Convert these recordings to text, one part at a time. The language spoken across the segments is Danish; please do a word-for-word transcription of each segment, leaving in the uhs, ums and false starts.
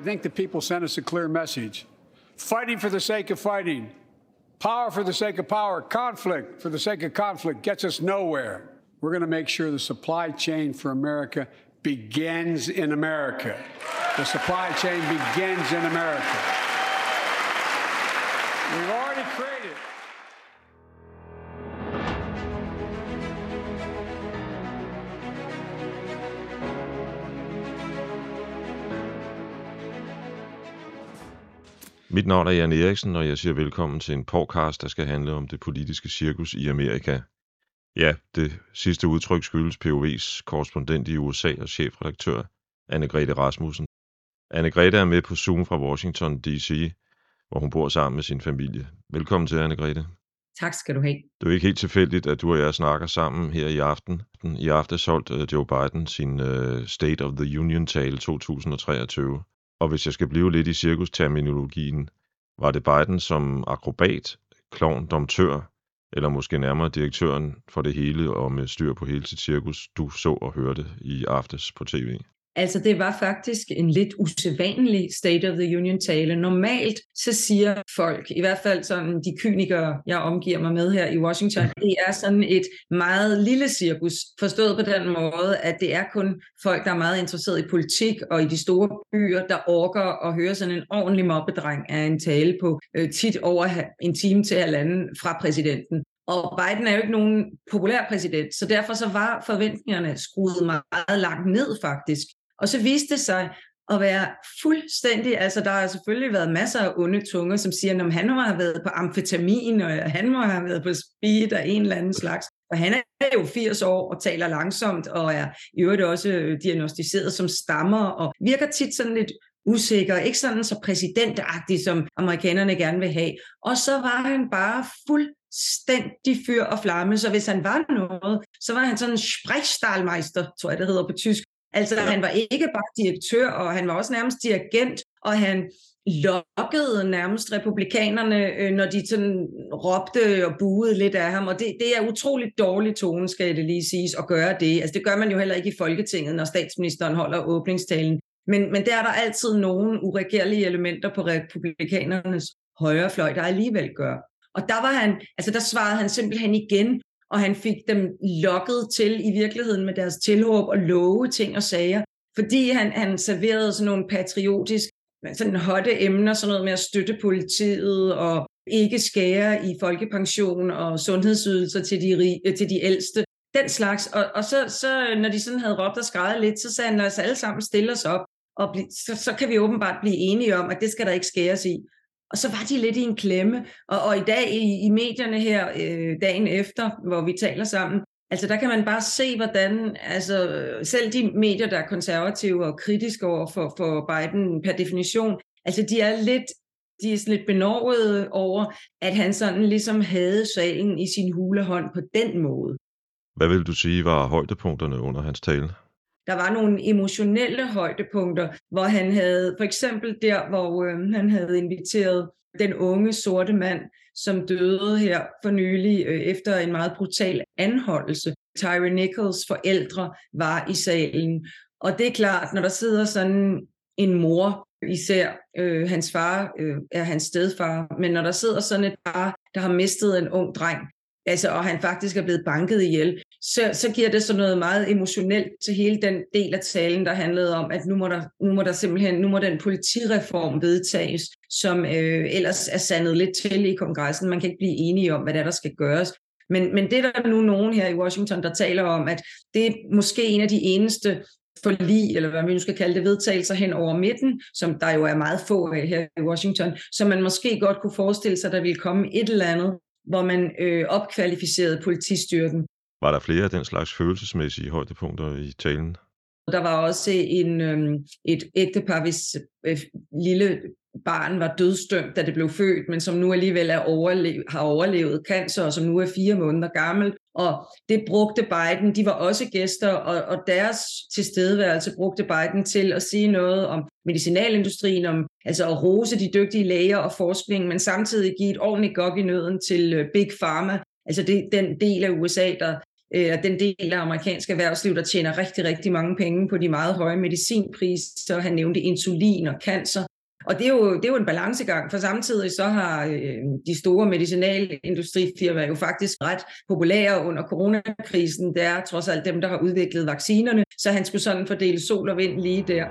I think the people sent us a clear message. Fighting for the sake of fighting. Power for the sake of power. Conflict for the sake of conflict gets us nowhere. We're going to make sure the supply chain for America begins in America. The supply chain begins in America. We've already created. Mit navn er Jan Eriksen, og jeg siger velkommen til en podcast, der skal handle om det politiske cirkus i Amerika. Ja, det sidste udtryk skyldes P O V's korrespondent i U S A og chefredaktør, Anne-Grethe Rasmussen. Anne-Grethe er med på Zoom fra Washington D C, hvor hun bor sammen med sin familie. Velkommen til, Anne-Grethe. Tak skal du have. Det er jo ikke helt tilfældigt, at du og jeg snakker sammen her i aften. I aften holdt Joe Biden sin uh, State of the Union-tale to tusind og treogtyve. Og hvis jeg skal blive lidt i cirkusterminologien, var det Biden som akrobat, klovn, domptør, eller måske nærmere direktøren for det hele og med styr på hele sit cirkus, du så og hørte i aftes på tv? Altså det var faktisk en lidt usædvanlig State of the Union-tale. Normalt så siger folk, i hvert fald sådan de kynikere, jeg omgiver mig med her i Washington, det er sådan et meget lille cirkus, forstået på den måde, at det er kun folk, der er meget interesseret i politik og i de store byer, der orker at høre sådan en ordentlig mobbedreng af en tale på øh, tit over en time til halvanden fra præsidenten. Og Biden er jo ikke nogen populær præsident, så derfor så var forventningerne skruet meget langt ned faktisk. Og så viste det sig at være fuldstændig, altså der har selvfølgelig været masser af onde tunger, som siger, at han må have været på amfetamin, og han må have været på speed af en eller anden slags. Og han er jo firs år og taler langsomt, og er i øvrigt også diagnostiseret som stammer, og virker tit sådan lidt usikker, ikke sådan så præsidentagtig, som amerikanerne gerne vil have. Og så var han bare fuldstændig fyr og flamme, så hvis han var noget, så var han sådan en Sprechstahlmeister, tror jeg det hedder på tysk. Altså han var ikke bare direktør, og han var også nærmest dirigent, og han lokkede nærmest republikanerne, når de sådan råbte og buede lidt af ham, og det, det er utroligt dårlig tone, skal det lige siges, at gøre det. Altså det gør man jo heller ikke i Folketinget, når statsministeren holder åbningstalen. Men, men der er der altid nogle uregerlige elementer på republikanernes højrefløj, der alligevel gør. Og der var han, altså der svarede han simpelthen igen, og han fik dem lokket til i virkeligheden med deres tilråb og love ting og sager, fordi han, han serverede sådan nogle patriotisk, sådan hotte emner, sådan noget med at støtte politiet og ikke skære i folkepension og sundhedsydelser til de, rige, til de ældste, den slags. Og, og så, så, når de sådan havde råbt og skreget lidt, så sagde han, lad os alle sammen stille os op, og bli, så, så kan vi åbenbart blive enige om, at det skal der ikke skæres i. Og så var de lidt i en klemme, og, og i dag i, i medierne her, øh, dagen efter, hvor vi taler sammen, altså der kan man bare se, hvordan altså, selv de medier, der er konservative og kritiske over for, for Biden per definition, altså de er lidt, de er sådan lidt benovede over, at han sådan ligesom havde sagen i sin hulehånd på den måde. Hvad vil du sige var højdepunkterne under hans tale? Der var nogle emotionelle højdepunkter, hvor han havde, for eksempel der, hvor øh, han havde inviteret den unge sorte mand, som døde her for nylig øh, efter en meget brutal anholdelse. Tyre Nichols forældre var i salen, og det er klart, når der sidder sådan en mor, især øh, hans far øh, er hans stedfar, men når der sidder sådan et par, der har mistet en ung dreng, altså, og han faktisk er blevet banket ihjel, så, så giver det så noget meget emotionelt til hele den del af talen, der handlede om, at nu må der, nu må der simpelthen, nu må den politireform vedtages, som øh, ellers er sandet lidt til i kongressen. Man kan ikke blive enige om, hvad det er, der skal gøres. Men, men det er der nu nogen her i Washington, der taler om, at det er måske en af de eneste forlig, eller hvad vi nu skal kalde det, vedtagelser hen over midten, som der jo er meget få af her i Washington, så man måske godt kunne forestille sig, at der ville komme et eller andet, hvor man øh, opkvalificerede politistyrken. Var der flere af den slags følelsesmæssige højdepunkter i talen? Der var også en, øh, et ægtepar, hvis øh, lille barn var dødsdømt, da det blev født, men som nu alligevel er overlevet, har overlevet cancer, og som nu er fire måneder gammel. Og det brugte Biden, de var også gæster, og, og deres tilstedeværelse brugte Biden til at sige noget om medicinalindustrien, om altså at rose de dygtige læger og forskning, men samtidig give et ordentligt gok i nøden til Big Pharma, altså det, den del af U S A, der øh, den del af amerikansk erhvervsliv, der tjener rigtig, rigtig mange penge på de meget høje medicinpriser. Han nævnte insulin og cancer. Og det er, jo, det er jo en balancegang, for samtidig så har øh, de store medicinalindustrifirmaer jo faktisk ret populære under coronakrisen. Det er trods alt dem, der har udviklet vaccinerne, så han skulle sådan fordele sol og vind lige der.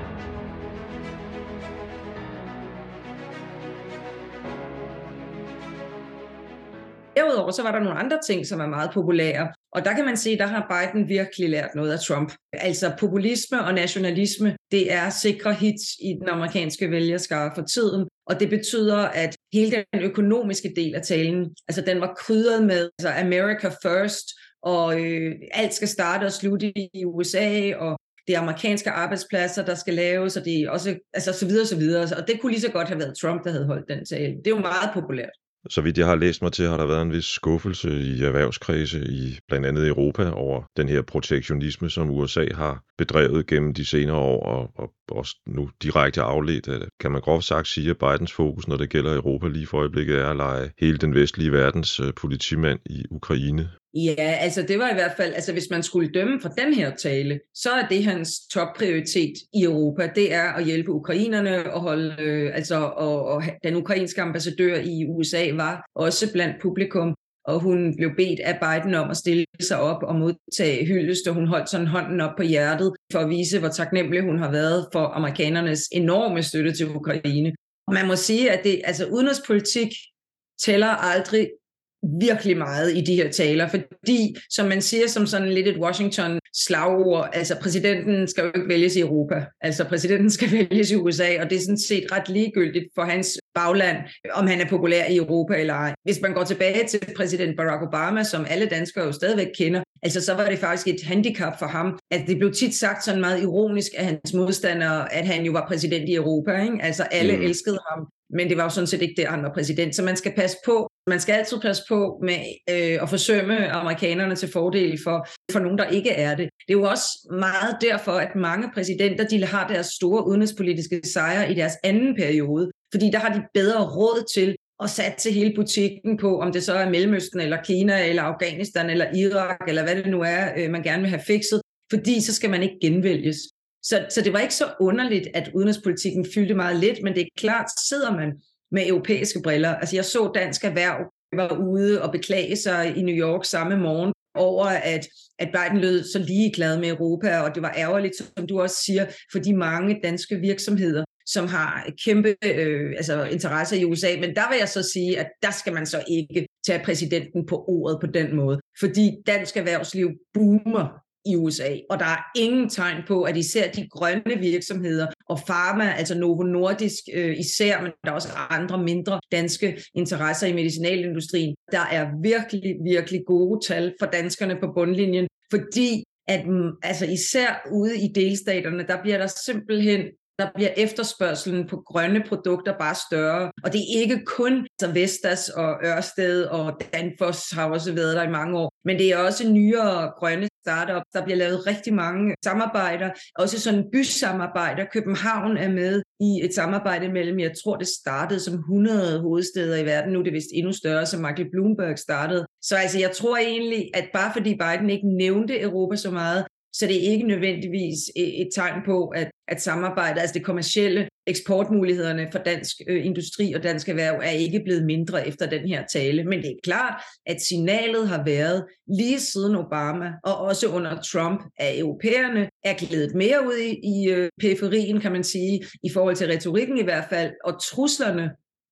Derudover så var der nogle andre ting, som er meget populære, og der kan man se, der har Biden virkelig lært noget af Trump. Altså populisme og nationalisme, det er sikre hits i den amerikanske vælgerskare for tiden, og det betyder, at hele den økonomiske del af talen, altså den var krydret med altså America first, og øh, alt skal starte og slutte i U S A, og det er amerikanske arbejdspladser, der skal laves, og det er også, altså så videre, så videre. Og det kunne lige så godt have været Trump, der havde holdt den tale. Det er jo meget populært. Så vidt jeg har læst mig til, har der været en vis skuffelse i erhvervskredse i blandt andet Europa over den her protektionisme, som U S A har bedrevet gennem de senere år, og, og også nu direkte afledt af det. Kan man groft sagt sige, at Bidens fokus, når det gælder Europa lige for øjeblikket, er at lege hele den vestlige verdens politimand i Ukraine? Ja, altså det var i hvert fald, altså hvis man skulle dømme fra den her tale, så er det hans topprioritet i Europa, det er at hjælpe ukrainerne og holde, øh, altså og, og den ukrainske ambassadør i U S A var også blandt publikum, og hun blev bedt af Biden om at stille sig op og modtage hyldest, og hun holdt sådan hånden op på hjertet for at vise, hvor taknemmelig hun har været for amerikanernes enorme støtte til Ukraine. Og man må sige, at det, altså udenrigspolitik tæller aldrig virkelig meget i de her taler, fordi, som man siger som sådan lidt et Washington-slagord, altså præsidenten skal jo ikke vælges i Europa, altså præsidenten skal vælges i U S A, og det er sådan set ret ligegyldigt for hans bagland, om han er populær i Europa eller ej. Hvis man går tilbage til præsident Barack Obama, som alle danskere jo stadigvæk kender, altså så var det faktisk et handicap for ham, at det blev tit sagt sådan meget ironisk af hans modstandere, at han jo var præsident i Europa, ikke? Altså alle mm. elskede ham, men det var jo sådan set ikke der, han var præsident, så man skal passe på, man skal altid passe på med øh, at forsømme amerikanerne til fordel for, for nogen, der ikke er det. Det er jo også meget derfor, at mange præsidenter, de har deres store udenrigspolitiske sejre i deres anden periode, fordi der har de bedre råd til at satse hele butikken på, om det så er Mellemøsten, eller Kina, eller Afghanistan, eller Irak, eller hvad det nu er, øh, man gerne vil have fikset, fordi så skal man ikke genvælges. Så, så det var ikke så underligt, at udenrigspolitikken fyldte meget lidt, men det er klart, sidder man med europæiske briller. Altså jeg så Dansk Erhverv var ude og beklage sig i New York samme morgen over, at, at Biden lød så ligeglad med Europa, og det var ærgerligt, som du også siger, for de mange danske virksomheder, som har kæmpe øh, altså interesser i U S A. Men der vil jeg så sige, at der skal man så ikke tage præsidenten på ordet på den måde, fordi dansk erhvervsliv boomer i U S A, og der er ingen tegn på, at især de grønne virksomheder og Pharma, altså Novo Nordisk øh, især, men der er også andre mindre danske interesser i medicinalindustrien, der er virkelig, virkelig gode tal for danskerne på bundlinjen, fordi at altså især ude i delstaterne, der bliver der simpelthen der bliver efterspørgselen på grønne produkter bare større. Og det er ikke kun altså Vestas og Ørsted og Danfoss har også været der i mange år, men det er også nyere grønne startups. Der bliver lavet rigtig mange samarbejder, også sådan bysamarbejder. København er med i et samarbejde mellem, jeg tror det startede som hundrede hovedsteder i verden, nu er det vist endnu større, som Michael Bloomberg startede. Så altså jeg tror egentlig, at bare fordi Biden ikke nævnte Europa så meget, så det er ikke nødvendigvis et tegn på, at, at samarbejdet, altså det kommercielle eksportmulighederne for dansk øh, industri og dansk erhverv er ikke blevet mindre efter den her tale. Men det er klart, at signalet har været lige siden Obama og også under Trump, at europæerne er glædet mere ud i, i øh, periferien, kan man sige, i forhold til retorikken i hvert fald, og truslerne,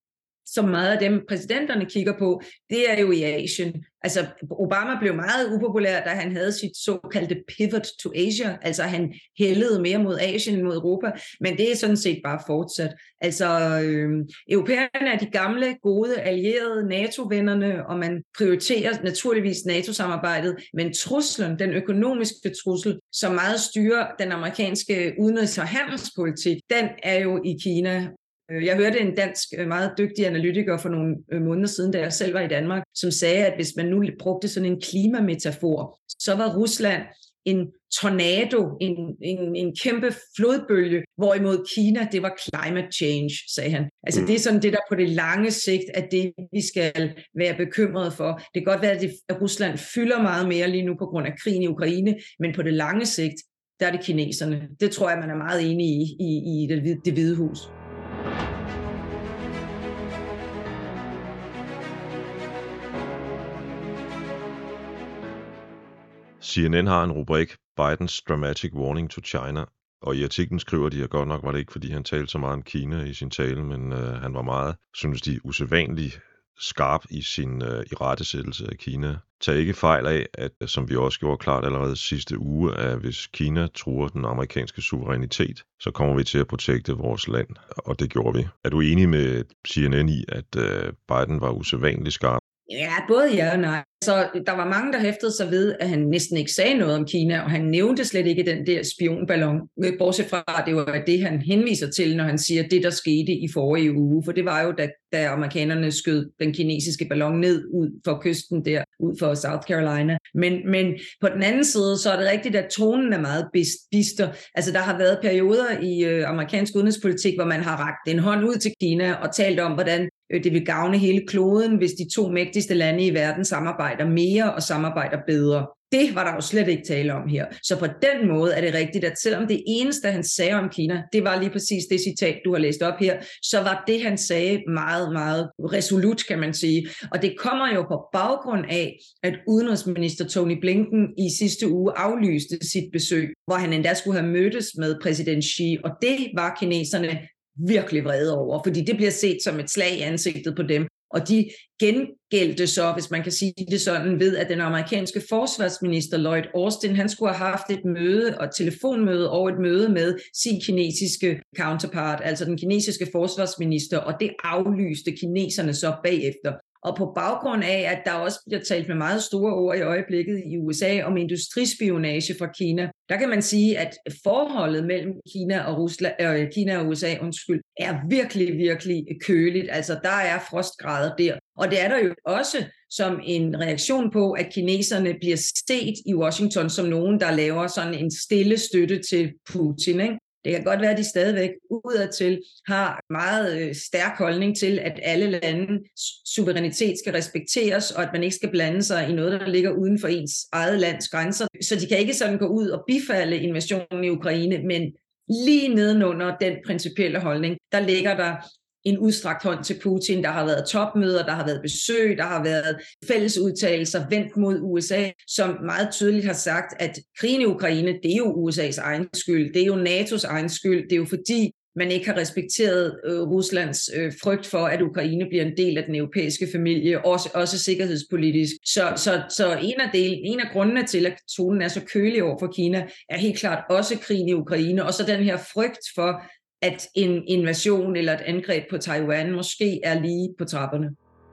som meget af dem præsidenterne kigger på, det er jo i Asien. Altså Obama blev meget upopulær, da han havde sit såkaldte pivot to Asia, altså han hældede mere mod Asien end mod Europa, men det er sådan set bare fortsat. Altså øh, europæerne er de gamle, gode, allierede NATO-vennerne, og man prioriterer naturligvis NATO-samarbejdet, men truslen, den økonomiske trussel, som meget styrer den amerikanske udenrigs- og handelspolitik, den er jo i Kina. Jeg hørte en dansk, meget dygtig analytiker for nogle måneder siden, da jeg selv var i Danmark, som sagde, at hvis man nu brugte sådan en klimametafor, så var Rusland en tornado, en, en, en kæmpe flodbølge, hvorimod Kina, det var climate change, sagde han. Altså mm. det er sådan det, der på det lange sigt, at det vi skal være bekymrede for. Det kan godt være, at, det, at Rusland fylder meget mere lige nu på grund af krigen i Ukraine, men på det lange sigt, der er det kineserne. Det tror jeg, man er meget enig i i, i det, det Hvide Hus. C N N har en rubrik, Bidens Dramatic Warning to China, og i artiklen skriver de, at godt nok var det ikke, fordi han talte så meget om Kina i sin tale, men øh, han var meget, synes de, usædvanligt skarp i sin øh, irettesættelse af Kina. Tag ikke fejl af, at som vi også gjorde klart allerede sidste uge, at hvis Kina truer den amerikanske suverænitet, så kommer vi til at protekte vores land, og det gjorde vi. Er du enig med C N N i, at øh, Biden var usædvanligt skarp? Ja, både ja og nej. Så der var mange, der hæftede sig ved, at han næsten ikke sagde noget om Kina, og han nævnte slet ikke den der spionballon, bortset fra, at det var det, han henviser til, når han siger, det, der skete i forrige uge. For det var jo, da, da amerikanerne skød den kinesiske ballon ned ud for kysten der, ud for South Carolina. Men, men på den anden side, så er det rigtigt, at tonen er meget bister. Altså, der har været perioder i øh, amerikansk udenrigspolitik, hvor man har rakt en hånd ud til Kina og talt om, hvordan det vil gavne hele kloden, hvis de to mægtigste lande i verden samarbejder mere og samarbejder bedre. Det var der jo slet ikke tale om her. Så på den måde er det rigtigt, at selvom det eneste, han sagde om Kina, det var lige præcis det citat, du har læst op her, så var det, han sagde, meget, meget resolut, kan man sige. Og det kommer jo på baggrund af, at udenrigsminister Tony Blinken i sidste uge aflyste sit besøg, hvor han endda skulle have mødtes med præsident Xi, og det var kineserne virkelig vrede over, fordi det bliver set som et slag i ansigtet på dem. Og de gengældte så, hvis man kan sige det sådan, ved at den amerikanske forsvarsminister Lloyd Austin, han skulle have haft et møde og et telefonmøde og et møde med sin kinesiske counterpart, altså den kinesiske forsvarsminister, og det aflyste kineserne så bagefter. Og på baggrund af, at der også bliver talt med meget store ord i øjeblikket i U S A om industrispionage fra Kina, der kan man sige, at forholdet mellem Kina og Rusland, øh, Kina og U S A, undskyld, er virkelig, virkelig køligt. Altså, der er frostgrader der. Og det er der jo også som en reaktion på, at kineserne bliver set i Washington som nogen, der laver sådan en stille støtte til Putin, ikke? Det kan godt være, at de stadigvæk udadtil har meget stærk holdning til, at alle landes suverænitet skal respekteres, og at man ikke skal blande sig i noget, der ligger uden for ens eget lands grænser. Så de kan ikke sådan gå ud og bifalde invasionen i Ukraine, men lige nedenunder den principielle holdning, der ligger der en udstrakt hånd til Putin. Der har været topmøder, der har været besøg, der har været fællesudtalelser vendt mod U S A, som meget tydeligt har sagt, at krigen i Ukraine, det er jo U S A's egen skyld, det er jo NATO's egen skyld, det er jo fordi, man ikke har respekteret øh, Ruslands øh, frygt for, at Ukraine bliver en del af den europæiske familie, også, også sikkerhedspolitisk. Så, så, så en, af del, en af grundene til, at tonen er så kølig over for Kina, er helt klart også krigen i Ukraine, og så den her frygt for, at en invasion eller et angreb på Taiwan måske er lige på trapperne.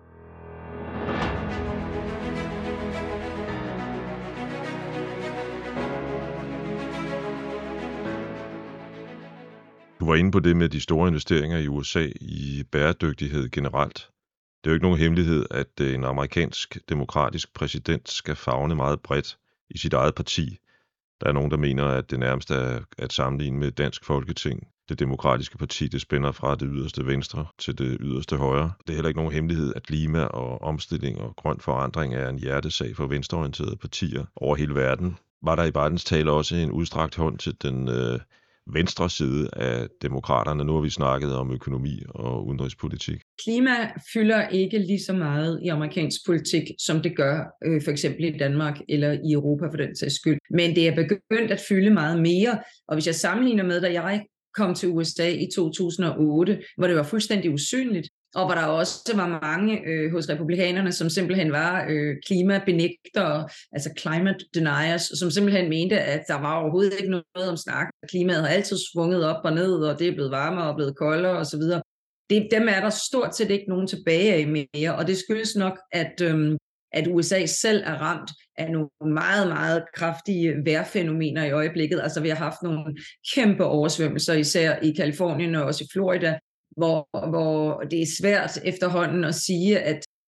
Du var inde på det med de store investeringer i U S A i bæredygtighed generelt. Det er jo ikke nogen hemmelighed, at en amerikansk demokratisk præsident skal favne meget bredt i sit eget parti. Der er nogen, der mener, at det nærmest er at sammenligne med Dansk Folketing. Det demokratiske parti, det spænder fra det yderste venstre til det yderste højre. Det er heller ikke nogen hemmelighed, at klima og omstilling og grøn forandring er en hjertesag for venstreorienterede partier over hele verden. Var der i Bidens tale også en udstrakt hånd til den øh, venstre side af demokraterne? Nu har vi snakket om økonomi og udenrigspolitik. Klima fylder ikke lige så meget i amerikansk politik, som det gør øh, for eksempel i Danmark eller i Europa for den sags skyld. Men det er begyndt at fylde meget mere, og hvis jeg sammenligner med, da jeg kom til U S A i to tusind og otte, hvor det var fuldstændig usynligt, og hvor der også var mange øh, hos republikanerne, som simpelthen var øh, klimabenægtere, altså climate deniers, som simpelthen mente, at der var overhovedet ikke noget om snak. Klimaet har altid svunget op og ned, og det er blevet varmere og blevet koldere osv. Det, dem er der stort set ikke nogen tilbage af mere, og det skyldes nok, at, øhm, at U S A selv er ramt af nogle meget, meget kraftige vejrfænomener i øjeblikket. Altså vi har haft nogle kæmpe oversvømmelser, især i Kalifornien og også i Florida, hvor, hvor det er svært efterhånden at sige, at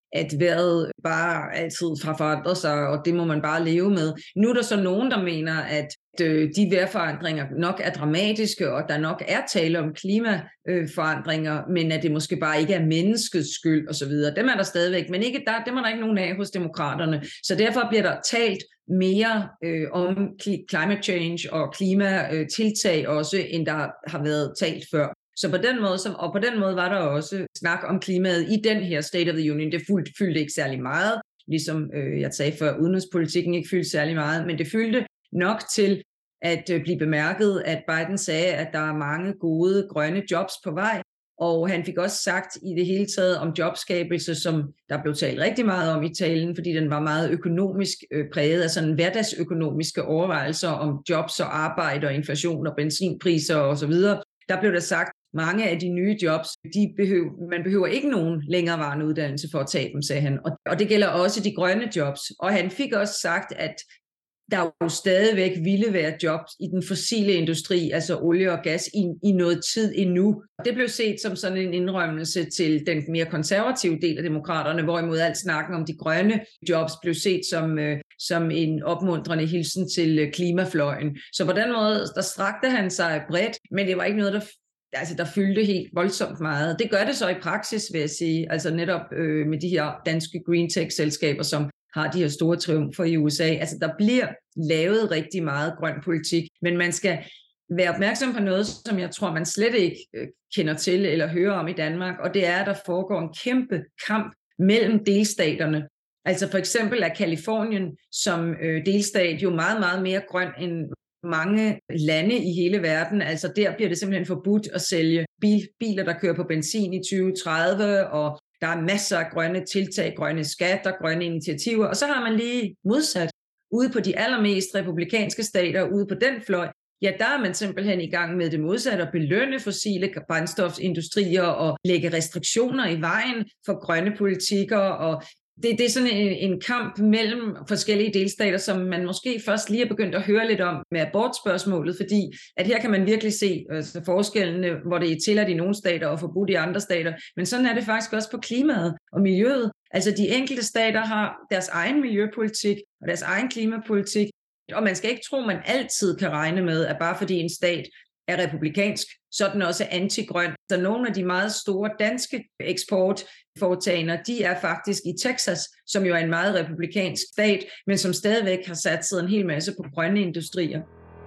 at vejret bare altid har forandret sig, og det må man bare leve med. Nu er der så nogen, der mener, at de vejrforandringer nok er dramatiske, og der nok er tale om klimaforandringer, men at det måske bare ikke er menneskets skyld osv. Dem er der stadigvæk, men ikke, der, dem er der ikke nogen af hos demokraterne. Så derfor bliver der talt mere øh, om climate change og klimatiltag også, end der har været talt før. Så på den måde, som, og på den måde var der også snak om klimaet i den her State of the Union. Det fyldte, fyldte ikke særlig meget, ligesom øh, jeg sagde før, udenrigspolitikken ikke fyldte særlig meget, men det fyldte nok til at øh, blive bemærket, at Biden sagde, at der er mange gode grønne jobs på vej, og han fik også sagt i det hele taget om jobskabelse, som der blev talt rigtig meget om i talen, fordi den var meget økonomisk øh, præget af sådan hverdagsøkonomiske overvejelser om jobs og arbejde og inflation og benzinpriser osv. Der blev der sagt, mange af de nye jobs, de behøver, man behøver ikke nogen længerevarende uddannelse for at tage dem, sagde han. Og, og det gælder også de grønne jobs. Og han fik også sagt, at der jo stadigvæk ville være jobs i den fossile industri, altså olie og gas, i, i noget tid endnu. Det blev set som sådan en indrømmelse til den mere konservative del af demokraterne, hvorimod alt snakken om de grønne jobs blev set som, øh, som en opmuntrende hilsen til øh, klimafløjen. Så på den måde, der strakte han sig bredt, men det var ikke noget, der altså der fyldte helt voldsomt meget. Det gør det så i praksis, vil jeg sige, altså netop øh, med de her danske green tech-selskaber, som har de her store triumfer i U S A. Altså der bliver lavet rigtig meget grøn politik, men man skal være opmærksom på noget, som jeg tror, man slet ikke øh, kender til eller hører om i Danmark, og det er, at der foregår en kæmpe kamp mellem delstaterne. Altså for eksempel er Kalifornien som øh, delstat jo meget, meget mere grøn end mange lande i hele verden. Altså der bliver det simpelthen forbudt at sælge bil, biler, der kører på benzin i tyve tredive, og der er masser af grønne tiltag, grønne skatter, grønne initiativer, og så har man lige modsat ude på de allermest republikanske stater, ude på den fløj, ja, der er man simpelthen i gang med det modsatte, at belønne fossile brændstofsindustrier og lægge restriktioner i vejen for grønne politikker, og det, det er sådan en, en kamp mellem forskellige delstater, som man måske først lige er begyndt at høre lidt om med abortspørgsmålet, fordi at her kan man virkelig se altså forskellene, hvor det er tilladt i nogle stater og forbudt i andre stater, men sådan er det faktisk også på klimaet og miljøet. Altså de enkelte stater har deres egen miljøpolitik og deres egen klimapolitik, og man skal ikke tro, man altid kan regne med, at bare fordi en stat er republikansk, så er den også antigrøn. Så nogle af de meget store danske eksportforetagender, de er faktisk i Texas, som jo er en meget republikansk stat, men som stadigvæk har sat sig en hel masse på grønne industrier.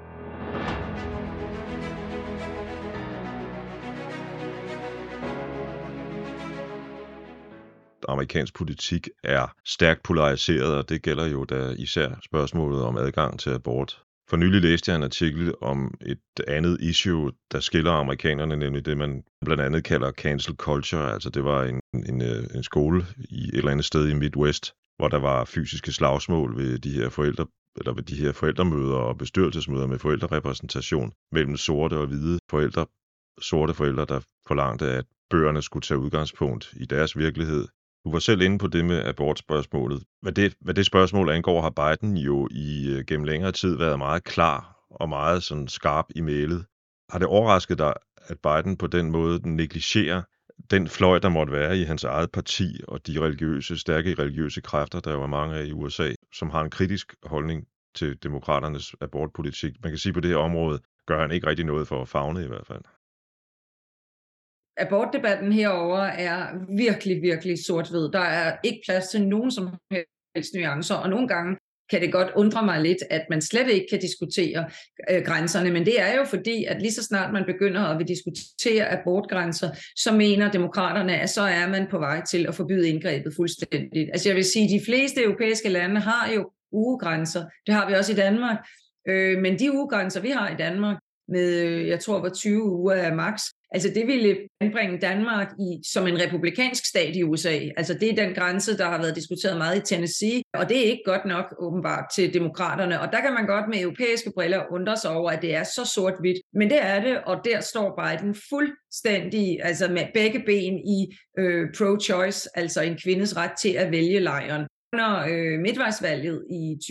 Amerikansk politik er stærkt polariseret, og det gælder jo da især spørgsmålet om adgang til abort. For nylig læste jeg en artikel om et andet issue, der skiller amerikanerne, nemlig det, man blandt andet kalder cancel culture. Altså det var en, en, en skole i et eller andet sted i Midwest, hvor der var fysiske slagsmål ved de her forældre, eller ved de her forældremøder og bestyrelsesmøder med forældrerepræsentation mellem sorte og hvide forældre. Sorte forældre, der forlangte, at bøgerne skulle tage udgangspunkt i deres virkelighed. Du var selv inde på det med abortspørgsmålet. Hvad det, hvad det spørgsmål angår, har Biden jo i uh, gennem længere tid været meget klar og meget sådan skarp i mælet. Har det overrasket dig, at Biden på den måde negligerer den fløj, der måtte være i hans eget parti og de religiøse, stærke religiøse kræfter, der jo er mange af i U S A, som har en kritisk holdning til demokraternes abortpolitik? Man kan sige, at på det her område gør han ikke rigtig noget for at favne i hvert fald. Abortdebatten herover er virkelig, virkelig sort-hvid. Der er ikke plads til nogen som helst nuancer, og nogle gange kan det godt undre mig lidt, at man slet ikke kan diskutere øh, grænserne, men det er jo fordi, at lige så snart man begynder at vil diskutere abortgrænser, så mener demokraterne, at så er man på vej til at forbyde indgrebet fuldstændigt. Altså jeg vil sige, at de fleste europæiske lande har jo ugegrænser. Det har vi også i Danmark, øh, men de ugegrænser, vi har i Danmark, med, jeg tror, var tyve uger af max. Altså det ville anbringe Danmark i, som en republikansk stat i U S A. Altså det er den grænse, der har været diskuteret meget i Tennessee, og det er ikke godt nok åbenbart til demokraterne. Og der kan man godt med europæiske briller undre sig over, at det er så sort-hvidt. Men det er det, og der står Biden fuldstændig, altså med begge ben i øh, pro-choice, altså en kvindes ret til at vælge lejren. Under øh, midtvejsvalget i tyve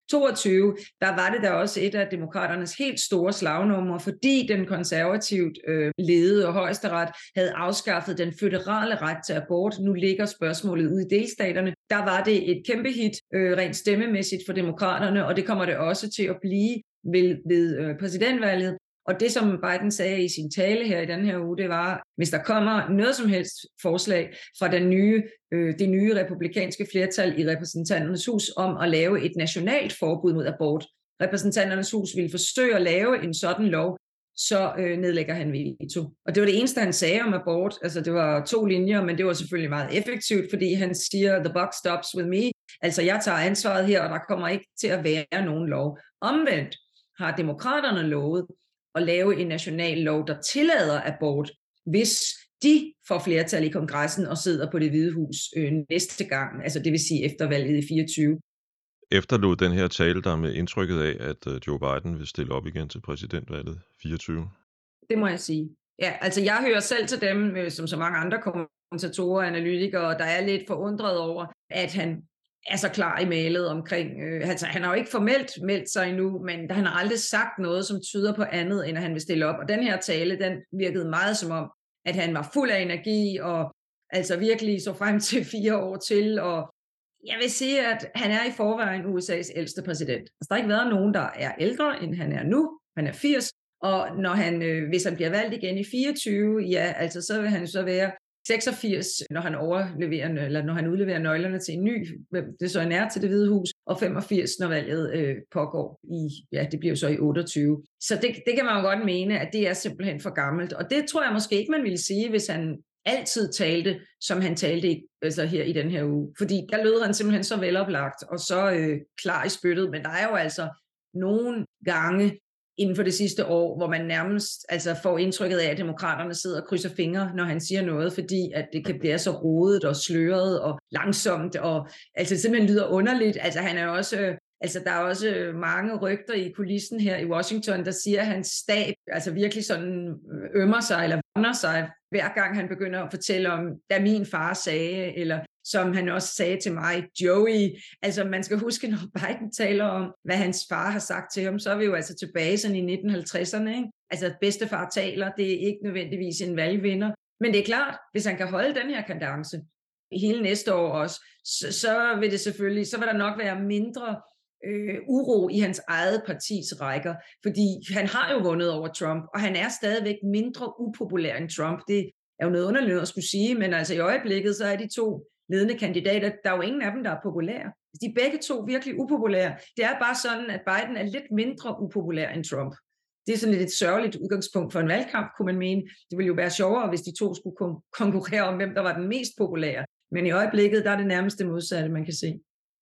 toogtyve, der var det da også et af demokraternes helt store slagnumre, fordi den konservativt øh, ledede og højesteret havde afskaffet den føderale ret til abort. Nu ligger spørgsmålet ude i delstaterne. Der var det et kæmpe hit øh, rent stemmemæssigt for demokraterne, og det kommer det også til at blive ved, ved øh, præsidentvalget. Og det, som Biden sagde i sin tale her i den her uge, det var, hvis der kommer noget som helst forslag fra den nye, øh, det nye republikanske flertal i repræsentanternes hus om at lave et nationalt forbud mod abort. Repræsentanternes hus ville forsøge at lave en sådan lov, så øh, nedlægger han veto. Og det var det eneste, han sagde om abort. Altså, det var to linjer, men det var selvfølgelig meget effektivt, fordi han siger, the buck stops with me. Altså, jeg tager ansvaret her, og der kommer ikke til at være nogen lov. Omvendt har demokraterne lovet at lave en national lov, der tillader abort, hvis de får flertal i kongressen og sidder på Det Hvide Hus øh, næste gang, altså det vil sige efter valget i fireogtyve. Efterlod den her tale der med indtrykket af, at Joe Biden vil stille op igen til præsidentvalget fireogtyve? Det må jeg sige. Ja, altså jeg hører selv til dem, øh, som så mange andre kommentatorer og analytikere, der er lidt forundret over, at han er så klar i mailet omkring, øh, altså han har jo ikke formelt meldt sig endnu, men han har aldrig sagt noget, som tyder på andet, end at han vil stille op. Og den her tale, den virkede meget som om, at han var fuld af energi, og altså virkelig så frem til fire år til, og jeg vil sige, at han er i forvejen U S A's ældste præsident. Altså, der har ikke været nogen, der er ældre, end han er nu. Han er firs, og når han, øh, hvis han bliver valgt igen i fireogtyve, ja, altså så vil han så være seksogfirs, når han overleverer, eller når han udleverer nøglerne til en ny, det så er til Det Hvide Hus, og femogfirs, når valget øh, pågår i, ja, det bliver jo så i otteogtyve. Så det, det kan man jo godt mene, at det er simpelthen for gammelt, og det tror jeg måske ikke, man ville sige, hvis han altid talte, som han talte altså her i den her uge. Fordi der lød han simpelthen så veloplagt, og så øh, klar i spyttet, men der er jo altså nogle gange inden for det sidste år, hvor man nærmest altså får indtrykket af, at demokraterne sidder og krydser fingre, når han siger noget, fordi at det kan blive så rodet og sløret og langsomt, og altså simpelthen lyder underligt. Altså han er også, altså der er også mange rygter i kulissen her i Washington, der siger, at hans stab altså virkelig sådan ømmer sig eller vonder sig, hver gang han begynder at fortælle om, da min far sagde, eller som han også sagde til mig, Joey. Altså man skal huske, når Biden taler om, hvad hans far har sagt til ham, så er vi jo altså tilbage sådan i nitten halvtredserne. Ikke? Altså at bedstefar taler, det er ikke nødvendigvis en valgvinder. Men det er klart, hvis han kan holde den her kadence hele næste år også, så, så vil det selvfølgelig, så vil der nok være mindre øh, uro i hans eget partis rækker. Fordi han har jo vundet over Trump, og han er stadigvæk mindre upopulær end Trump. Det er jo noget underligt at skulle sige, men altså i øjeblikket, så er de to ledende kandidater, der er jo ingen af dem, der er populære. De er begge to virkelig upopulære. Det er bare sådan, at Biden er lidt mindre upopulær end Trump. Det er sådan lidt et sørgeligt udgangspunkt for en valgkamp, kunne man mene. Det ville jo være sjovere, hvis de to skulle konkurrere om, hvem der var den mest populære. Men i øjeblikket, der er det nærmest det modsatte, man kan se.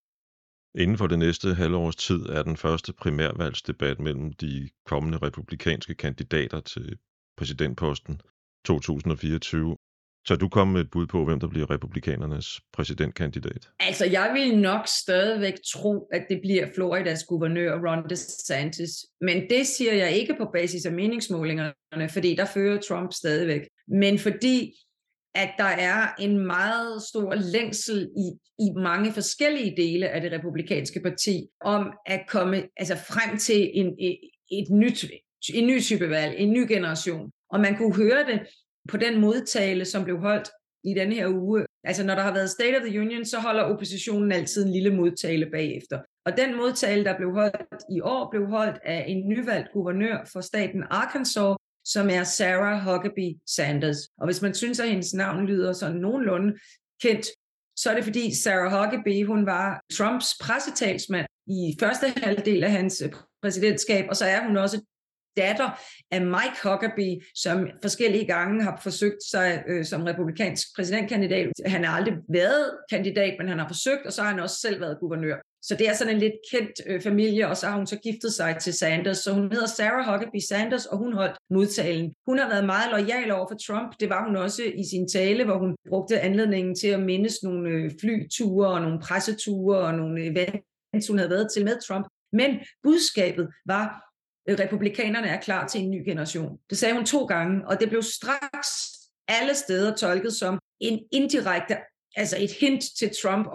Inden for det næste halvårs tid er den første primærvalgsdebat mellem de kommende republikanske kandidater til præsidentposten to tusind og fireogtyve. Så du kom med et bud på, hvem der bliver republikanernes præsidentkandidat? Altså, jeg vil nok stadigvæk tro, at det bliver Floridas guvernør Ron DeSantis. Men det siger jeg ikke på basis af meningsmålingerne, fordi der fører Trump stadigvæk. Men fordi, at der er en meget stor længsel i, i mange forskellige dele af det republikanske parti, om at komme altså frem til en, et, et nyt, en ny type valg, en ny generation. Og man kunne høre det på den modtale, som blev holdt i denne her uge. Altså når der har været State of the Union, så holder oppositionen altid en lille modtale bagefter. Og den modtale, der blev holdt i år, blev holdt af en nyvalgt guvernør for staten Arkansas, som er Sarah Huckabee Sanders. Og hvis man synes, at hendes navn lyder sådan nogenlunde kendt, så er det fordi Sarah Huckabee, hun var Trumps pressetalsmand i første halvdel af hans præsidentskab, og så er hun også datter af Mike Huckabee, som forskellige gange har forsøgt sig øh, som republikansk præsidentkandidat. Han har aldrig været kandidat, men han har forsøgt, og så har han også selv været guvernør. Så det er sådan en lidt kendt øh, familie, og så har hun så giftet sig til Sanders. Så hun hedder Sarah Huckabee Sanders, og hun holdt modtalen. Hun har været meget loyal over for Trump. Det var hun også i sin tale, hvor hun brugte anledningen til at mindes nogle øh, flyture og nogle presseture og nogle events, hun havde været til med Trump. Men budskabet var, republikanerne er klar til en ny generation. Det sagde hun to gange, og det blev straks alle steder tolket som en indirekte, altså et hint til Trump om,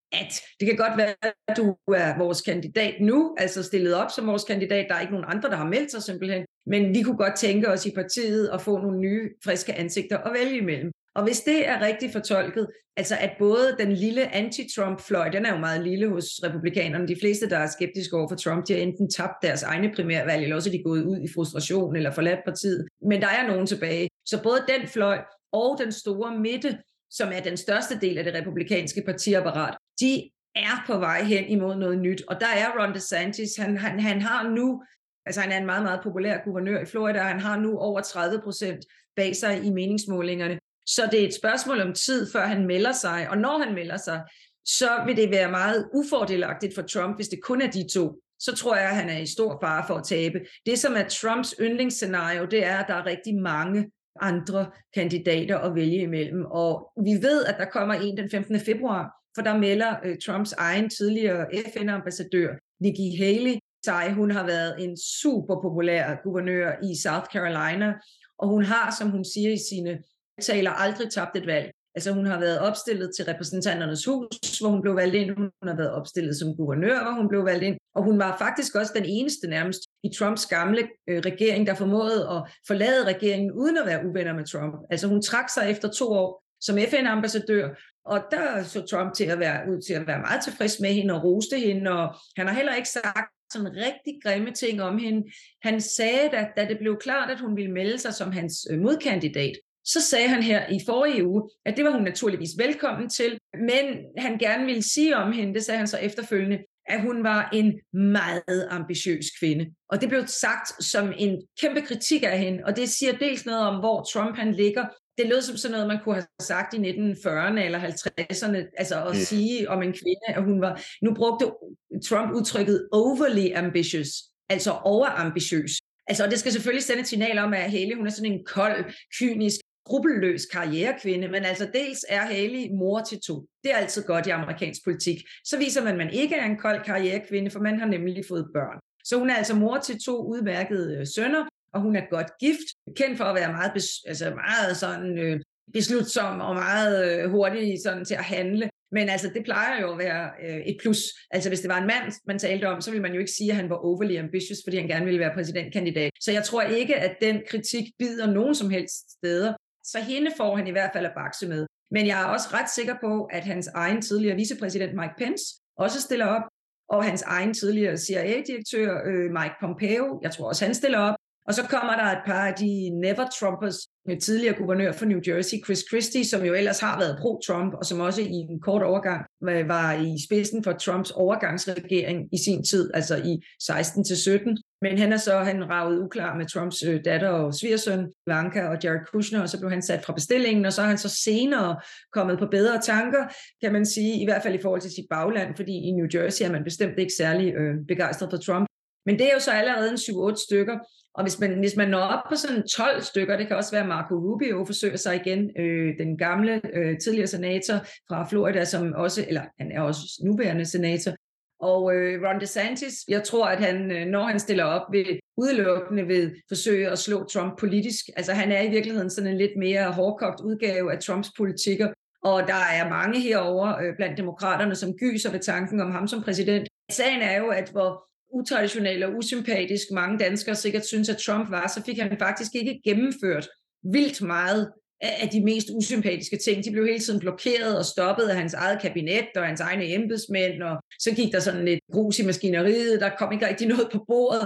at det kan godt være, at du er vores kandidat nu, altså stillet op som vores kandidat. Der er ikke nogen andre, der har meldt sig simpelthen. Men vi kunne godt tænke os i partiet at få nogle nye, friske ansigter at vælge imellem. Og hvis det er rigtigt fortolket, altså at både den lille anti-Trump-fløj, den er jo meget lille hos republikanerne, de fleste, der er skeptiske over for Trump, de har enten tabt deres egne primærvalg, eller også er de gået ud i frustration eller forladt partiet. Men der er nogen tilbage. Så både den fløj og den store midte, som er den største del af det republikanske partiapparat, de er på vej hen imod noget nyt. Og der er Ron DeSantis, han, han, han har nu, altså han er en meget, meget populær guvernør i Florida, og han har nu over tredive procent bag sig i meningsmålingerne. Så det er et spørgsmål om tid, før han melder sig, og når han melder sig, så vil det være meget ufordelagtigt for Trump, hvis det kun er de to. Så tror jeg, at han er i stor fare for at tabe. Det, som er Trumps yndlingsscenario, det er, at der er rigtig mange andre kandidater at vælge imellem. Og vi ved, at der kommer en den femtende februar, for der melder uh, Trumps egen tidligere F N-ambassadør, Nikki Haley, sig. Hun har været en super populær guvernør i South Carolina, og hun har, som hun siger i sine taler, aldrig tabt et valg. Altså hun har været opstillet til repræsentanternes hus, hvor hun blev valgt ind. Hun har været opstillet som guvernør, hvor hun blev valgt ind. Og hun var faktisk også den eneste nærmest i Trumps gamle øh, regering, der formåede at forlade regeringen uden at være uvenner med Trump. Altså hun trak sig efter to år som F N-ambassadør, og der så Trump til at være, ud til at være meget tilfreds med hende og roste hende, og han har heller ikke sagt sådan rigtig grimme ting om hende. Han sagde, da, da det blev klart, at hun ville melde sig som hans øh, modkandidat, så sagde han her i forrige uge, at det var hun naturligvis velkommen til, men han gerne ville sige om hende, det sagde han så efterfølgende, at hun var en meget ambitiøs kvinde. Og det blev sagt som en kæmpe kritik af hende, og det siger dels noget om, hvor Trump han ligger. Det lød som sådan noget, man kunne have sagt i nitten fyrrerne eller halvtredserne, altså at sige om en kvinde, at hun var, nu brugte Trump udtrykket overly ambitious, altså overambitiøs. Altså, og det skal selvfølgelig sende et signal om, at Haley, hun er sådan en kold, kynisk, skrupelløs karrierekvinde, men altså dels er Haley mor til to. Det er altid godt i amerikansk politik. Så viser man, at man ikke er en kold karrierekvinde, for man har nemlig fået børn. Så hun er altså mor til to udmærkede sønner, og hun er godt gift, kendt for at være meget, bes- altså meget sådan, øh, beslutsom og meget øh, hurtig sådan, til at handle. Men altså, det plejer jo at være øh, et plus. Altså, hvis det var en mand, man talte om, så ville man jo ikke sige, at han var overly ambitious, fordi han gerne ville være præsidentkandidat. Så jeg tror ikke, at den kritik bider nogen som helst steder. Så hende får han i hvert fald at bakse med. Men jeg er også ret sikker på, at hans egen tidligere vicepræsident Mike Pence også stiller op, og hans egen tidligere C I A-direktør øh, Mike Pompeo, jeg tror også, han stiller op. Og så kommer der et par af de never-Trumpers, tidligere guvernør for New Jersey, Chris Christie, som jo ellers har været pro-Trump, og som også i en kort overgang var i spidsen for Trumps overgangsregering i sin tid, altså i seksten til sytten. Men han er så han raget uklar med Trumps øh, datter og svigersøn, Ivanka og Jared Kushner, og så blev han sat fra bestillingen, og så er han så senere kommet på bedre tanker, kan man sige, i hvert fald i forhold til sit bagland, fordi i New Jersey er man bestemt ikke særlig øh, begejstret for Trump. Men det er jo så allerede en syv otte stykker, og hvis man, hvis man når op på sådan tolv stykker, det kan også være Marco Rubio forsøger sig igen, øh, den gamle øh, tidligere senator fra Florida, som også, eller han er også nuværende senator, og øh, Ron DeSantis, jeg tror, at han, øh, når han stiller op, vil udelukkende vil forsøge at slå Trump politisk. Altså han er i virkeligheden sådan en lidt mere hårdkogt udgave af Trumps politikker, og der er mange herover øh, blandt demokraterne, som gyser ved tanken om ham som præsident. Sagen er jo, at hvor utraditionel og usympatisk mange danskere sikkert synes, at Trump var, så fik han faktisk ikke gennemført vildt meget af de mest usympatiske ting. De blev hele tiden blokeret og stoppet af hans eget kabinet og hans egne embedsmænd, og så gik der sådan lidt grus i maskineriet, der kom ikke rigtig noget på bordet.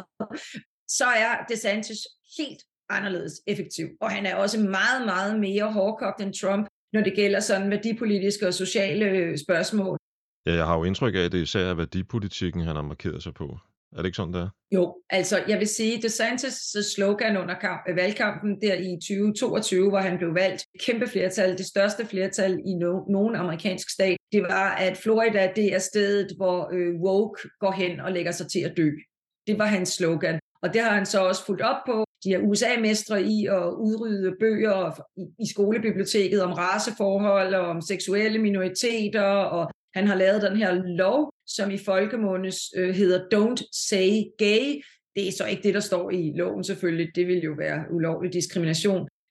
Så er DeSantis helt anderledes effektiv, og han er også meget, meget mere hårdkogt end Trump, når det gælder sådan værdipolitiske og sociale spørgsmål. Ja, jeg har jo indtryk af, at det især er værdipolitikken, han har markeret sig på. Er det ikke sådan, det er? Jo, altså jeg vil sige, DeSantis' slogan under kamp, valgkampen der i tyve toogtyve, hvor han blev valgt, kæmpe flertal, det største flertal i no, nogen amerikansk stat, det var, at Florida, det er stedet, hvor øh, woke går hen og lægger sig til at dø. Det var hans slogan, og det har han så også fulgt op på. De er U S A-mestre i at udrydde bøger i, i skolebiblioteket om raceforhold og om seksuelle minoriteter, og han har lavet den her lov, som i folkemundes øh, hedder Don't Say Gay. Det er så ikke det, der står i loven selvfølgelig. Det vil jo være ulovlig diskrimination.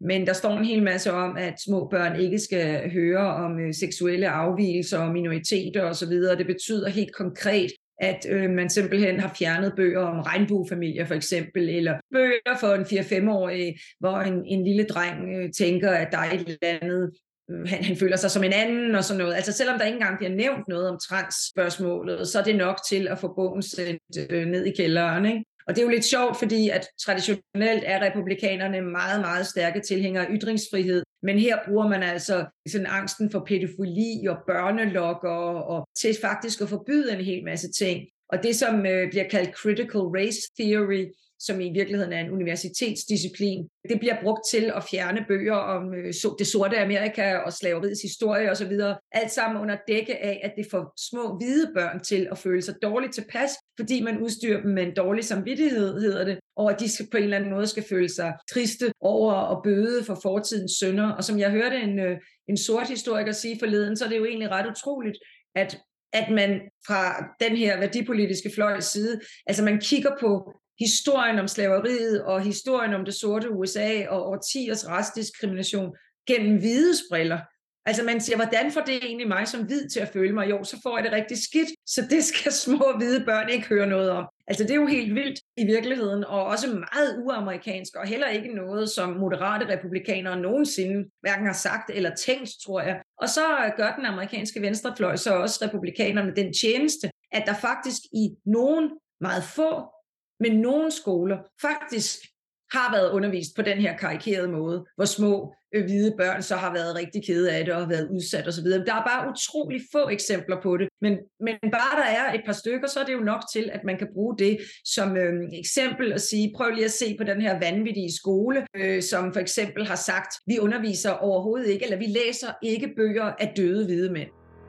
men der står en hel masse om, at små børn ikke skal høre om øh, seksuelle afvigelser og minoriteter osv. Det betyder helt konkret, at øh, man simpelthen har fjernet bøger om regnbuefamilier for eksempel, eller bøger for en fire-fem-årig, hvor en, en lille dreng øh, tænker, at der er et eller andet, øh, han, han føler sig som en anden og sådan noget. Altså selvom der ikke engang bliver nævnt noget om trans-spørgsmålet, så er det nok til at få bogen sendt øh, ned i kælderen, ikke? Og det er jo lidt sjovt, fordi at traditionelt er republikanerne meget, meget stærke tilhængere af ytringsfrihed, men her bruger man altså sådan angsten for pædofili og børnelokker og til faktisk at forbyde en hel masse ting. Og det, som øh, bliver kaldt critical race theory, som i virkeligheden er en universitetsdisciplin, det bliver brugt til at fjerne bøger om øh, so, det sorte Amerika og slaveriets historie osv. Alt sammen under dække af, at det får små hvide børn til at føle sig dårligt tilpas, fordi man udstyrer dem med en dårlig samvittighed, hedder det, og at de skal på en eller anden måde skal føle sig triste over at bøde for fortidens synder. Og som jeg hørte en, øh, en sort historiker sige forleden, så er det jo egentlig ret utroligt, at, at man fra den her værdipolitiske fløjs side, altså man kigger på historien om slaveriet og historien om det sorte U S A og årtiers racediskrimination gennem hvides briller. Altså man siger, hvordan får det egentlig mig som hvid til at føle mig? Jo, så får jeg det rigtig skidt, så det skal små hvide børn ikke høre noget om. Altså det er jo helt vildt i virkeligheden, og også meget uamerikansk, og heller ikke noget, som moderate republikanere nogensinde hverken har sagt eller tænkt, tror jeg. Og så gør den amerikanske venstrefløj så også republikanerne den tjeneste, at der faktisk i nogen meget få, men nogle skoler faktisk har været undervist på den her karikerede måde, hvor små øh, hvide børn så har været rigtig kede af det og har været udsat osv. Der er bare utrolig få eksempler på det, men, men bare der er et par stykker, så er det jo nok til, at man kan bruge det som øh, eksempel og sige, prøv lige at se på den her vanvittige skole, øh, som for eksempel har sagt, vi underviser overhovedet ikke, eller vi læser ikke bøger af døde hvide mænd.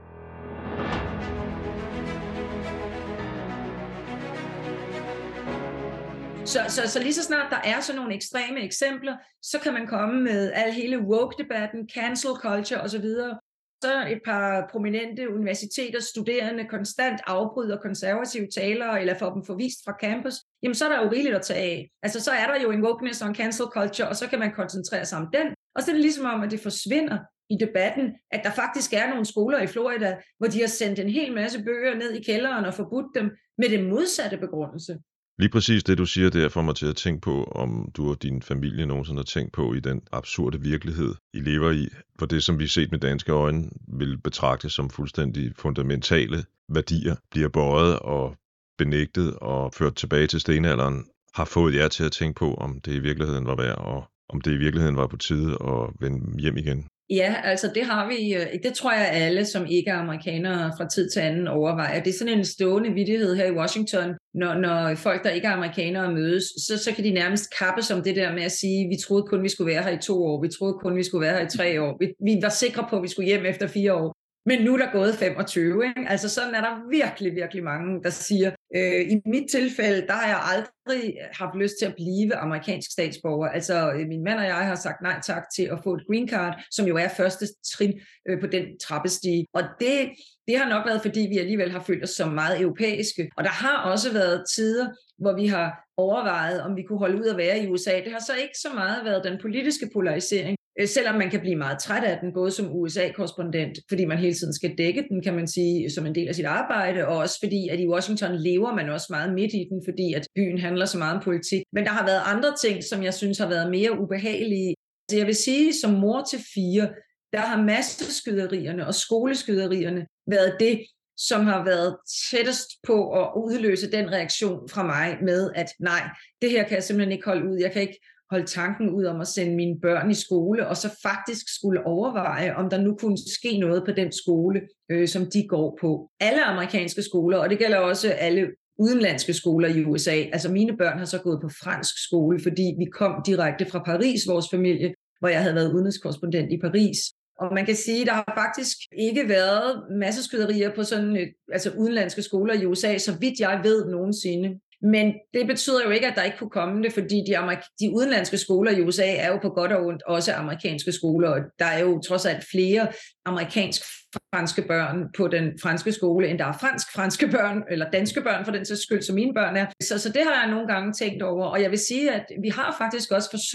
Så, så, så lige så snart der er sådan nogle ekstreme eksempler, så kan man komme med al hele woke-debatten, cancel culture osv. Så et par prominente universiteters studerende konstant afbryder konservative talere eller får dem forvist fra campus, jamen så er der jo rigeligt at tage af. Altså så er der jo en wokeness og en cancel culture, og så kan man koncentrere sig om den. Og så er det ligesom om, at det forsvinder i debatten, at der faktisk er nogle skoler i Florida, hvor de har sendt en hel masse bøger ned i kælderen og forbudt dem med det modsatte begrundelse. Lige præcis det, du siger der, får mig til at tænke på, om du og din familie nogensinde har tænkt på i den absurde virkelighed, I lever i. For det, som vi set med danske øjne, vil betragtes som fuldstændig fundamentale værdier, bliver bøjet og benægtet og ført tilbage til stenalderen, har fået jer til at tænke på, om det i virkeligheden var værd, og om det i virkeligheden var på tide at vende hjem igen. Ja, altså det har vi, det tror jeg alle, som ikke er amerikanere fra tid til anden overvejer. Det er sådan en stående vittighed her i Washington, når, når folk, der ikke er amerikanere, mødes, så, så kan de nærmest kappes om det der med at sige, vi troede kun, vi skulle være her i to år, vi troede kun, vi skulle være her i tre år, vi, vi var sikre på, at vi skulle hjem efter fire år. Men nu er der gået femogtyve, ikke? Altså sådan er der virkelig, virkelig mange, der siger, øh, i mit tilfælde, der har jeg aldrig haft lyst til at blive amerikansk statsborger. Altså min mand og jeg har sagt nej tak til at få et green card, som jo er første trin øh, på den trappestige. Og det, det har nok været, fordi vi alligevel har følt os som meget europæiske. Og der har også været tider, hvor vi har overvejet, om vi kunne holde ud at være i U S A. Det har så ikke så meget været den politiske polarisering, selvom man kan blive meget træt af den, både som U S A-korrespondent, fordi man hele tiden skal dække den, kan man sige, som en del af sit arbejde, og også fordi, at i Washington lever man også meget midt i den, fordi at byen handler så meget om politik. Men der har været andre ting, som jeg synes har været mere ubehagelige. Så jeg vil sige, som mor til fire, der har masseskyderierne og skoleskyderierne været det, som har været tættest på at udløse den reaktion fra mig med, at nej, det her kan jeg simpelthen ikke holde ud. Jeg kan ikke holde tanken ud om at sende mine børn i skole, og så faktisk skulle overveje, om der nu kunne ske noget på den skole, øh, som de går på. Alle amerikanske skoler, og det gælder også alle udenlandske skoler i U S A. Altså mine børn har så gået på fransk skole, fordi vi kom direkte fra Paris, vores familie, hvor jeg havde været udenrigskorrespondent i Paris. Og man kan sige, at der har faktisk ikke været masseskyderier på sådan et, altså udenlandske skoler i U S A, så vidt jeg ved nogensinde. Men det betyder jo ikke, at der ikke kunne komme det, fordi de, amerik- de udenlandske skoler i U S A er jo på godt og ondt også amerikanske skoler, og der er jo trods alt flere amerikansk-franske børn på den franske skole, end der er fransk-franske børn, eller danske børn for den sags skyld, som mine børn er. Så, så det har jeg nogle gange tænkt over, og jeg vil sige, at vi har faktisk også forsøgt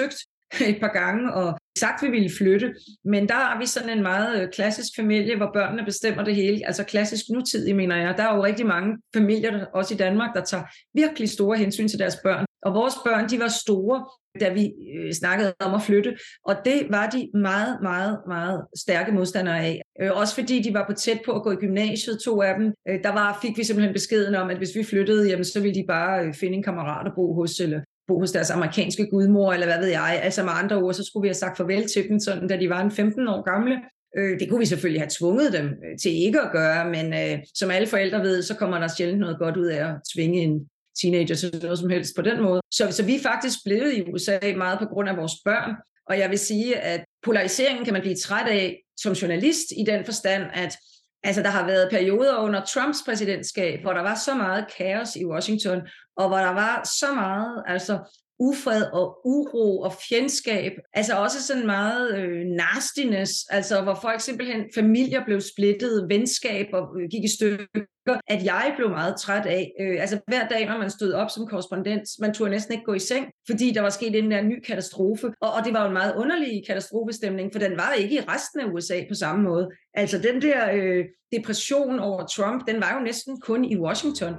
et par gange og sagt, at vi ville flytte. Men der har vi sådan en meget klassisk familie, hvor børnene bestemmer det hele. Altså klassisk nutidig, mener jeg. Der er jo rigtig mange familier, også i Danmark, der tager virkelig store hensyn til deres børn. Og vores børn, de var store, da vi øh, snakkede om at flytte. Og det var de meget, meget, meget stærke modstandere af. Øh, også fordi de var på tæt på at gå i gymnasiet, to af dem. Øh, der var, fik vi simpelthen beskeden om, at hvis vi flyttede, jamen, så ville de bare øh, finde en kammerat at bo hos, eller bo hos deres amerikanske gudmor, eller hvad ved jeg. Altså med andre ord, så skulle vi have sagt farvel til dem, sådan, da de var en femten år gamle. Øh, det kunne vi selvfølgelig have tvunget dem til ikke at gøre, men øh, som alle forældre ved, så kommer der sjældent noget godt ud af at tvinge en teenager til noget som helst på den måde. Så, så vi er faktisk blevet i U S A meget på grund af vores børn, og jeg vil sige, at polariseringen kan man blive træt af som journalist i den forstand, at altså, der har været perioder under Trumps præsidentskab, hvor der var så meget kaos i Washington, og hvor der var så meget altså, ufred og uro og fjendskab, altså også sådan meget øh, nastiness, altså hvor folk simpelthen, familier blev splittet, venskab og øh, gik i stykker, at jeg blev meget træt af. Øh, altså hver dag, når man stod op som korrespondent, man turde næsten ikke gå i seng, fordi der var sket en der ny katastrofe, og, og det var jo en meget underlig katastrofestemning, for den var ikke i resten af U S A på samme måde. Altså den der øh, depression over Trump, den var jo næsten kun i Washington.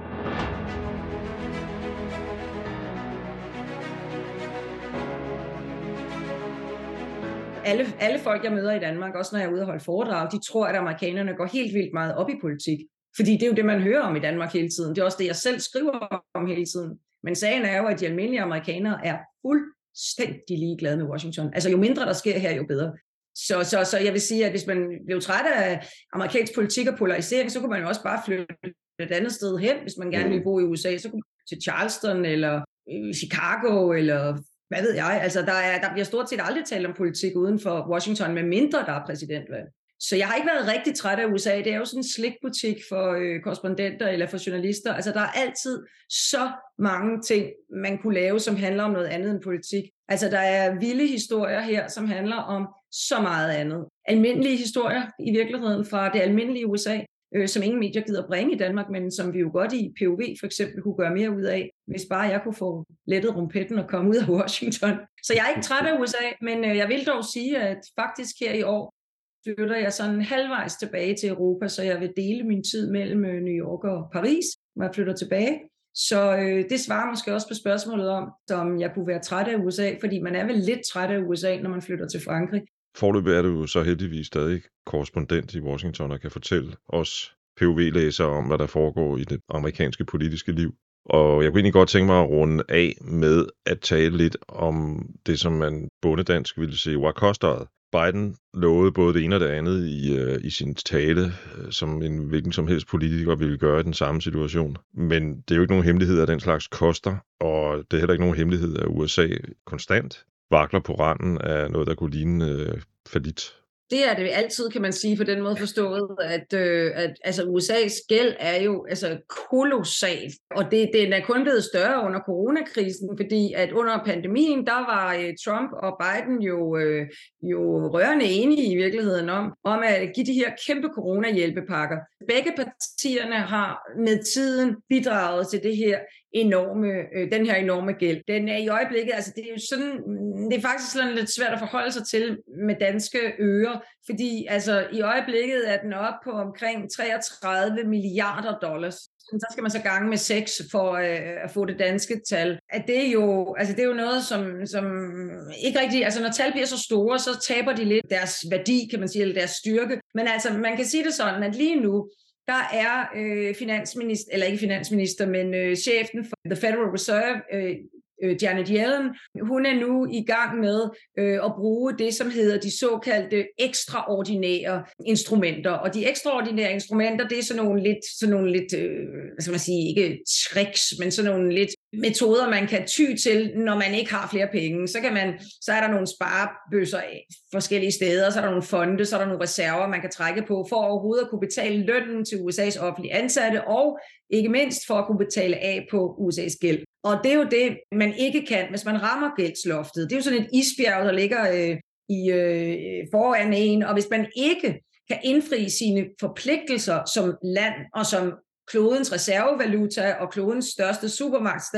Alle, alle folk, jeg møder i Danmark, også når jeg er ude og holde foredrag, de tror, at amerikanerne går helt vildt meget op i politik. Fordi det er jo det, man hører om i Danmark hele tiden. Det er også det, jeg selv skriver om hele tiden. Men sagen er jo, at de almindelige amerikanere er fuldstændig ligeglade med Washington. Altså jo mindre der sker her, jo bedre. Så, så, så jeg vil sige, at hvis man blev træt af amerikansk politik og polarisering, så kunne man jo også bare flytte et andet sted hen. Hvis man gerne ville bo i U S A, så kunne man til Charleston eller Chicago eller hvad ved jeg, altså der, er, der bliver stort set aldrig talt om politik uden for Washington, med mindre der er præsidentvalg. Så jeg har ikke været rigtig træt af U S A. Det er jo sådan en slikbutik for øh, korrespondenter eller for journalister. Altså der er altid så mange ting, man kunne lave, som handler om noget andet end politik. Altså der er vilde historier her, som handler om så meget andet. Almindelige historier i virkeligheden fra det almindelige U S A, øh, som ingen medier gider bringe i Danmark, men som vi jo godt i P O V for eksempel kunne gøre mere ud af, hvis bare jeg kunne få lettet rumpetten og komme ud af Washington. Så jeg er ikke træt af U S A, men øh, jeg vil dog sige, at faktisk her i år flytter jeg sådan halvvejs tilbage til Europa, så jeg vil dele min tid mellem New York og Paris, når jeg flytter tilbage. Så øh, det svarer måske også på spørgsmålet om, om jeg kunne være træt af U S A, fordi man er vel lidt træt af U S A, når man flytter til Frankrig. Foreløbig er du jo så heldigvis stadig korrespondent i Washington og kan fortælle os P O V-læsere om, hvad der foregår i det amerikanske politiske liv. Og jeg kunne egentlig godt tænke mig at runde af med at tale lidt om det, som man bondedansk ville sige, var kosteret. Biden lovede både det ene og det andet i, uh, i sin tale, uh, som en hvilken som helst politiker ville gøre i den samme situation. Men det er jo ikke nogen hemmelighed, at den slags koster, og det er heller ikke nogen hemmelighed, at U S A konstant vakler på randen af noget, der kunne ligne uh, fallit. Det er det altid, kan man sige, på den måde forstået, at, øh, at altså U S A's gæld er jo altså kolossalt, og det, det er kun blevet større under coronakrisen, fordi at under pandemien, der var øh, Trump og Biden jo, øh, jo rørende enige i virkeligheden om, om at give de her kæmpe coronahjælpepakker. Begge partierne har med tiden bidraget til det her enorme, øh, den her enorme gæld. Den er i øjeblikket, altså det er jo sådan, det er faktisk sådan lidt svært at forholde sig til med danske ører, fordi altså i øjeblikket er den op på omkring treogtredive milliarder dollars. Så skal man så gange med seks for øh, at få det danske tal. At det er jo, altså det er jo noget, som, som ikke rigtig, altså når tal bliver så store, så taber de lidt deres værdi, kan man sige, eller deres styrke. Men altså man kan sige det sådan, at lige nu, der er øh, finansminister, eller ikke finansminister, men øh, chefen for The Federal Reserve, øh, Janet Yellen, hun er nu i gang med øh, at bruge det, som hedder de såkaldte ekstraordinære instrumenter. Og de ekstraordinære instrumenter, det er sådan nogle lidt, sådan nogle lidt øh, hvad skal man sige, ikke tricks, men sådan nogle lidt metoder, man kan ty til, når man ikke har flere penge. Så, kan man, så er der nogle sparebøsser forskellige steder, så er der nogle fonde, så er der nogle reserver, man kan trække på, for overhovedet at kunne betale lønnen til U S A's offentlige ansatte, og ikke mindst for at kunne betale af på U S A's gæld. Og det er jo det, man ikke kan, hvis man rammer gældsloftet. Det er jo sådan et isbjerg, der ligger øh, i øh, foran en, og hvis man ikke kan indfri sine forpligtelser som land og som klodens reservevaluta og klodens største supermagt stadigvæk,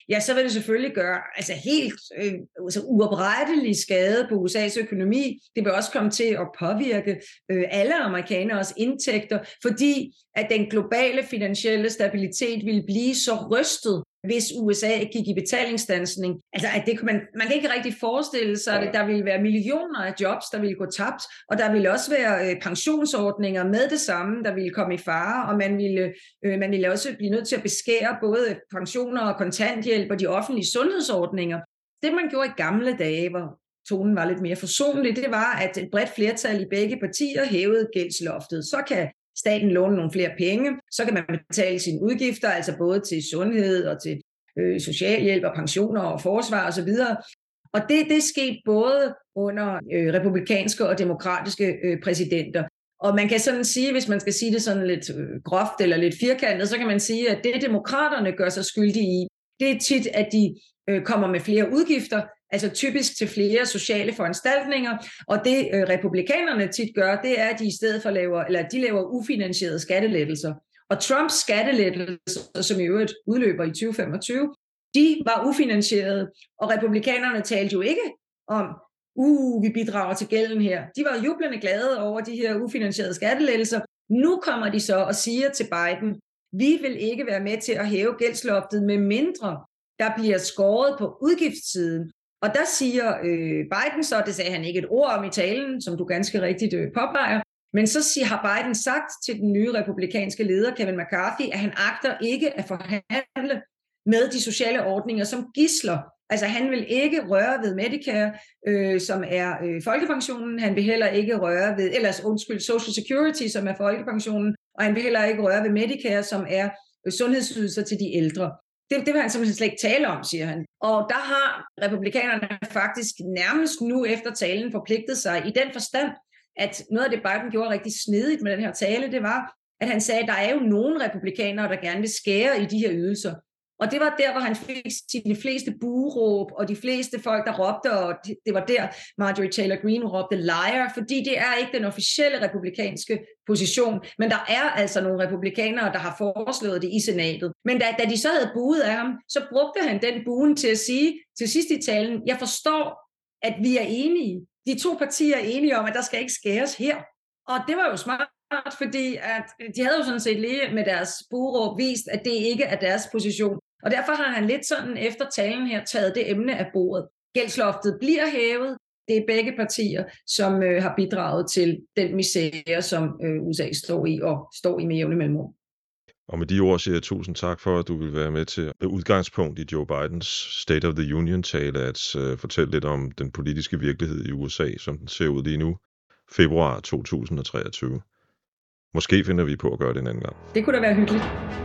ja, så vil det selvfølgelig gøre altså helt øh, altså uoprettelig skade på U S A's økonomi. Det vil også komme til at påvirke øh, alle amerikaneres indtægter, fordi at den globale finansielle stabilitet ville blive så rystet, hvis U S A gik i betalingsstandsning. Altså, at det, man, man kan ikke rigtig forestille sig, at der ville være millioner af jobs, der ville gå tabt, og der ville også være øh, pensionsordninger med det samme, der ville komme i fare, og man ville, øh, man ville også blive nødt til at beskære både pensioner og kontanthjælp og de offentlige sundhedsordninger. Det, man gjorde i gamle dage, hvor tonen var lidt mere forsonlig, det var, at et bredt flertal i begge partier hævede gældsloftet. Så kan staten låne nogle flere penge, så kan man betale sine udgifter, altså både til sundhed og til øh, socialhjælp og pensioner og forsvar osv. Og det, det er sket både under øh, republikanske og demokratiske øh, præsidenter. Og man kan sådan sige, hvis man skal sige det sådan lidt øh, groft eller lidt firkantet, så kan man sige, at det demokraterne gør sig skyldige i, det er tit, at de øh, kommer med flere udgifter, altså typisk til flere sociale foranstaltninger, og det øh, republikanerne tit gør, det er, at de i stedet for laver, eller de laver ufinansierede skattelettelser. Og Trumps skattelettelser, som i øvrigt udløber i tyve femogtyve, de var ufinansierede, og republikanerne talte jo ikke om, uh, vi bidrager til gælden her. De var jublende glade over de her ufinansierede skattelettelser. Nu kommer de så og siger til Biden, vi vil ikke være med til at hæve gældsloftet, med mindre der bliver skåret på udgiftssiden. Og der siger øh, Biden så, det sagde han ikke et ord om i talen, som du ganske rigtigt øh, påpeger, men så siger, har Biden sagt til den nye republikanske leder, Kevin McCarthy, at han agter ikke at forhandle med de sociale ordninger som gidsler. Altså han vil ikke røre ved Medicare, øh, som er øh, folkepensionen, han vil heller ikke røre ved, eller undskyld, Social Security, som er folkepensionen, og han vil heller ikke røre ved Medicare, som er øh, sundhedsydelser til de ældre. Det, det vil han simpelthen slet ikke tale om, siger han. Og der har republikanerne faktisk nærmest nu efter talen forpligtet sig i den forstand, at noget af det Biden gjorde rigtig snedigt med den her tale, det var, at han sagde, at der er jo nogle republikanere, der gerne vil skære i de her ydelser. Og det var der, hvor han fik de fleste bueråb, og de fleste folk, der råbte, og det var der, Marjorie Taylor Greene råbte liar, fordi det er ikke den officielle republikanske position, men der er altså nogle republikanere, der har foreslået det i senatet. Men da, da de så havde buet af ham, så brugte han den buen til at sige til sidst i talen, jeg forstår, at vi er enige. De to partier er enige om, at der skal ikke skæres her. Og det var jo smart, fordi at de havde jo sådan set lige med deres bueråb vist, at det ikke er deres position. Og derfor har han lidt sådan efter talen her taget det emne af bordet. Gældsloftet bliver hævet. Det er begge partier, som øh, har bidraget til den misære, som øh, U S A står i og står i med jævne mellemrum. Og med de ord siger jeg tusind tak for, at du vil være med til med udgangspunkt i Joe Bidens State of the Union-tale at uh, fortælle lidt om den politiske virkelighed i U S A, som den ser ud lige nu, februar to tusind og treogtyve. Måske finder vi på at gøre det en anden gang. Det kunne da være hyggeligt.